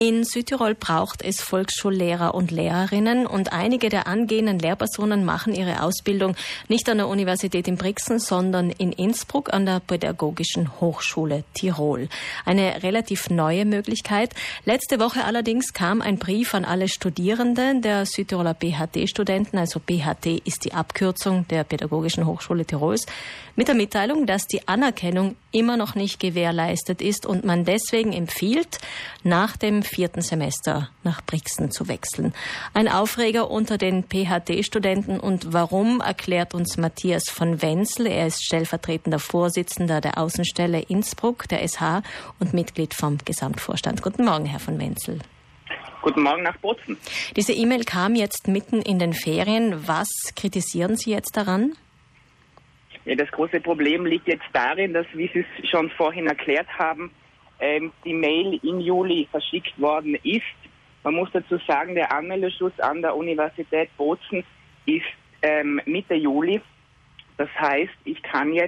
In Südtirol braucht es Volksschullehrer und Lehrerinnen und einige der angehenden Lehrpersonen machen ihre Ausbildung nicht an der Universität in Brixen, sondern in Innsbruck an der Pädagogischen Hochschule Tirol. Eine relativ neue Möglichkeit. Letzte Woche allerdings kam ein Brief an alle Studierenden der Südtiroler PHT-Studenten, also PHT ist die Abkürzung der Pädagogischen Hochschule Tirols, mit der Mitteilung, dass die Anerkennung immer noch nicht gewährleistet ist und man deswegen empfiehlt, nach dem 4. Semester nach Brixen zu wechseln. Ein Aufreger unter den PHT-Studenten und warum, erklärt uns Matthias von Wenzel. Er ist stellvertretender Vorsitzender der Außenstelle Innsbruck, der SH und Mitglied vom Gesamtvorstand. Guten Morgen, Herr von Wenzel. Guten Morgen nach Bozen. Diese E-Mail kam jetzt mitten in den Ferien. Was kritisieren Sie jetzt daran? Ja, das große Problem liegt jetzt darin, dass, wie Sie es schon vorhin erklärt haben, die Mail im Juli verschickt worden ist. Man muss dazu sagen, der Anmeldeschluss an der Universität Bozen ist Mitte Juli. Das heißt, ich kann mir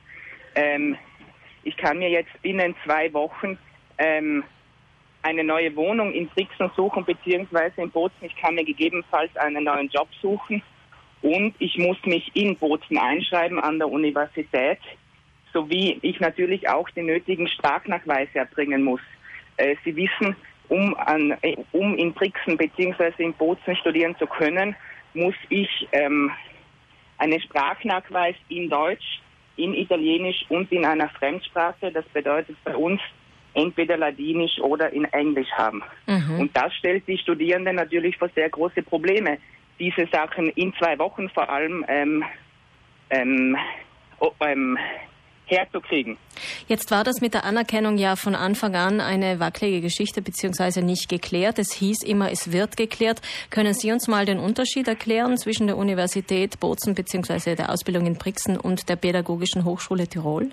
jetzt binnen 2 Wochen eine neue Wohnung in Brixen suchen, beziehungsweise in Bozen. Ich kann mir gegebenenfalls einen neuen Job suchen und ich muss mich in Bozen einschreiben an der Universität, sowie ich natürlich auch den nötigen Sprachnachweis erbringen muss. Sie wissen, um in Brixen bzw. in Bozen studieren zu können, muss ich einen Sprachnachweis in Deutsch, in Italienisch und in einer Fremdsprache, das bedeutet bei uns entweder Ladinisch oder in Englisch haben. Mhm. Und das stellt die Studierenden natürlich vor sehr große Probleme, diese Sachen in 2 Wochen vor allem herzukriegen. Jetzt war das mit der Anerkennung ja von Anfang an eine wackelige Geschichte beziehungsweise nicht geklärt. Es hieß immer, es wird geklärt. Können Sie uns mal den Unterschied erklären zwischen der Universität Bozen beziehungsweise der Ausbildung in Brixen und der Pädagogischen Hochschule Tirol?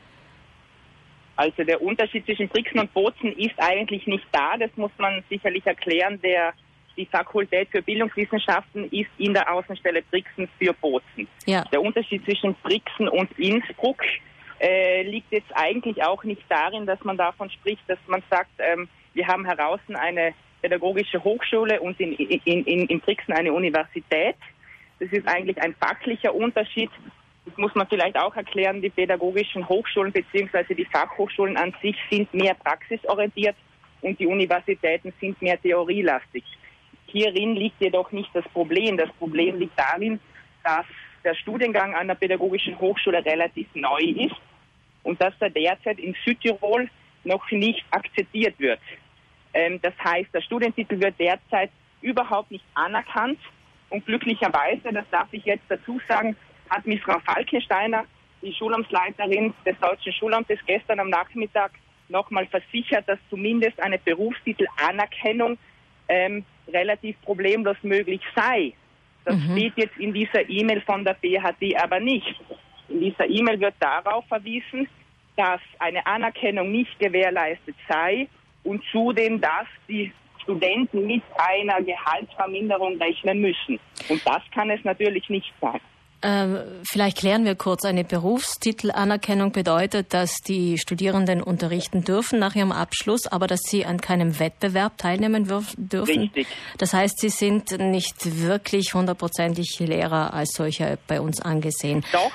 Also der Unterschied zwischen Brixen und Bozen ist eigentlich nicht da. Das muss man sicherlich erklären. Die Fakultät für Bildungswissenschaften ist in der Außenstelle Brixen für Bozen. Ja. Der Unterschied zwischen Brixen und Innsbruck liegt jetzt eigentlich auch nicht darin, dass man davon spricht, dass man sagt, wir haben heraus eine pädagogische Hochschule und in Brixen eine Universität. Das ist eigentlich ein fachlicher Unterschied. Das muss man vielleicht auch erklären. Die pädagogischen Hochschulen bzw. die Fachhochschulen an sich sind mehr praxisorientiert und die Universitäten sind mehr theorielastig. Hierin liegt jedoch nicht das Problem. Das Problem liegt darin, dass der Studiengang an der Pädagogischen Hochschule relativ neu ist und dass er derzeit in Südtirol noch nicht akzeptiert wird. Das heißt, der Studientitel wird derzeit überhaupt nicht anerkannt und glücklicherweise, das darf ich jetzt dazu sagen, hat mich Frau Falkensteiner, die Schulamtsleiterin des Deutschen Schulamtes, gestern am Nachmittag nochmal versichert, dass zumindest eine Berufstitelanerkennung relativ problemlos möglich sei. Das steht jetzt in dieser E-Mail von der PHT aber nicht. In dieser E-Mail wird darauf verwiesen, dass eine Anerkennung nicht gewährleistet sei und zudem, dass die Studenten mit einer Gehaltsverminderung rechnen müssen. Und das kann es natürlich nicht sein. Vielleicht klären wir kurz. Eine Berufstitelanerkennung bedeutet, dass die Studierenden unterrichten dürfen nach ihrem Abschluss, aber dass sie an keinem Wettbewerb teilnehmen dürfen. Richtig. Das heißt, sie sind nicht wirklich 100%ig Lehrer als solcher bei uns angesehen. Doch.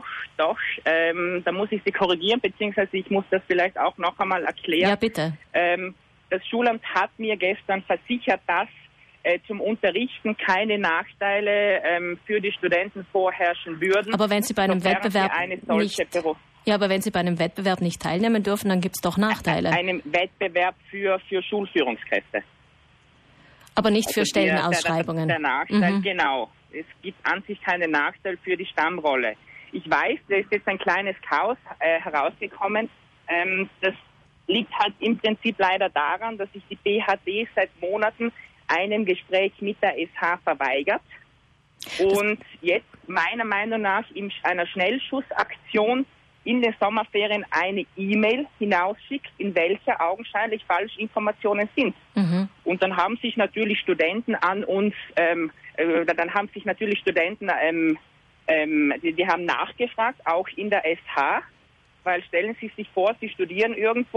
Da muss ich Sie korrigieren, beziehungsweise ich muss das vielleicht auch noch einmal erklären. Ja, bitte. Das Schulamt hat mir gestern versichert, dass zum Unterrichten keine Nachteile für die Studenten vorherrschen würden. Aber wenn Sie bei einem Wettbewerb bei einem Wettbewerb nicht teilnehmen dürfen, dann gibt es doch Nachteile. Einem Wettbewerb für Schulführungskräfte. Aber nicht für Stellenausschreibungen. Der Nachteil, genau. Es gibt an sich keinen Nachteil für die Stammrolle. Ich weiß, da ist jetzt ein kleines Chaos herausgekommen. Das liegt halt im Prinzip leider daran, dass sich die PHT seit Monaten einem Gespräch mit der SH verweigert und jetzt meiner Meinung nach in einer Schnellschussaktion in den Sommerferien eine E-Mail hinausschickt, in welcher augenscheinlich falsche Informationen sind. Mhm. Und dann haben sich natürlich Studenten die haben nachgefragt, auch in der SH, weil stellen Sie sich vor, Sie studieren irgendwo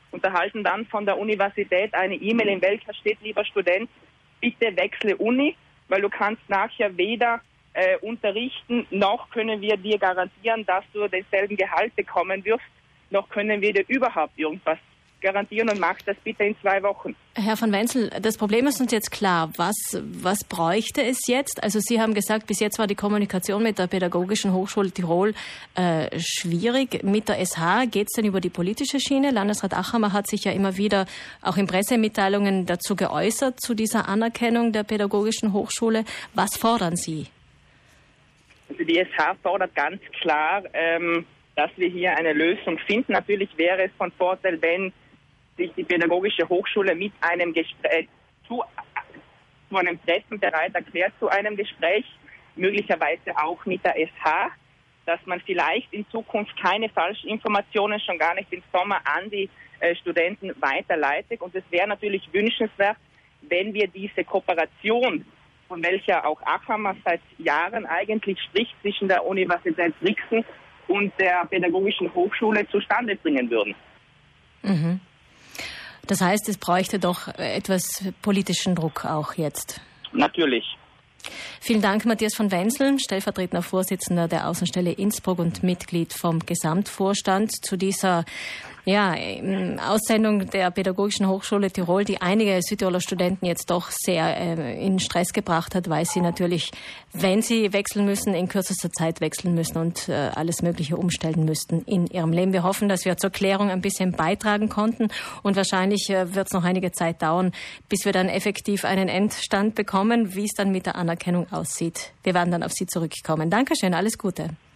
und erhalten dann von der Universität eine E-Mail, in welcher steht, lieber Student, bitte wechsle Uni, weil du kannst nachher weder unterrichten, noch können wir dir garantieren, dass du denselben Gehalt bekommen wirst, noch können wir dir überhaupt irgendwas garantieren und mach das bitte in 2 Wochen. Herr van Wenzel, das Problem ist uns jetzt klar. Was bräuchte es jetzt? Also Sie haben gesagt, bis jetzt war die Kommunikation mit der Pädagogischen Hochschule Tirol schwierig. Mit der SH geht es denn über die politische Schiene? Landesrat Achammer hat sich ja immer wieder auch in Pressemitteilungen dazu geäußert, zu dieser Anerkennung der Pädagogischen Hochschule. Was fordern Sie? Also die SH fordert ganz klar, dass wir hier eine Lösung finden. Natürlich wäre es von Vorteil, wenn sich die Pädagogische Hochschule mit einem Gespräch zu einem Treffen bereit erklärt, zu einem Gespräch, möglicherweise auch mit der SH, dass man vielleicht in Zukunft keine falschen Informationen, schon gar nicht im Sommer, an die Studenten weiterleitet. Und es wäre natürlich wünschenswert, wenn wir diese Kooperation, von welcher auch Achammer seit Jahren eigentlich spricht, zwischen der Universität Brixen und der Pädagogischen Hochschule zustande bringen würden. Mhm. Das heißt, es bräuchte doch etwas politischen Druck auch jetzt. Natürlich. Vielen Dank, Matthias van Wenzel, stellvertretender Vorsitzender der Außenstelle Innsbruck und Mitglied vom Gesamtvorstand, zu dieser Aussendung der Pädagogischen Hochschule Tirol, die einige Südtiroler Studenten jetzt doch sehr in Stress gebracht hat, weil sie natürlich, wenn sie wechseln müssen, in kürzester Zeit wechseln müssen und alles Mögliche umstellen müssten in ihrem Leben. Wir hoffen, dass wir zur Klärung ein bisschen beitragen konnten und wahrscheinlich wird es noch einige Zeit dauern, bis wir dann effektiv einen Endstand bekommen, wie es dann mit der Anerkennung aussieht. Wir werden dann auf Sie zurückkommen. Dankeschön, alles Gute.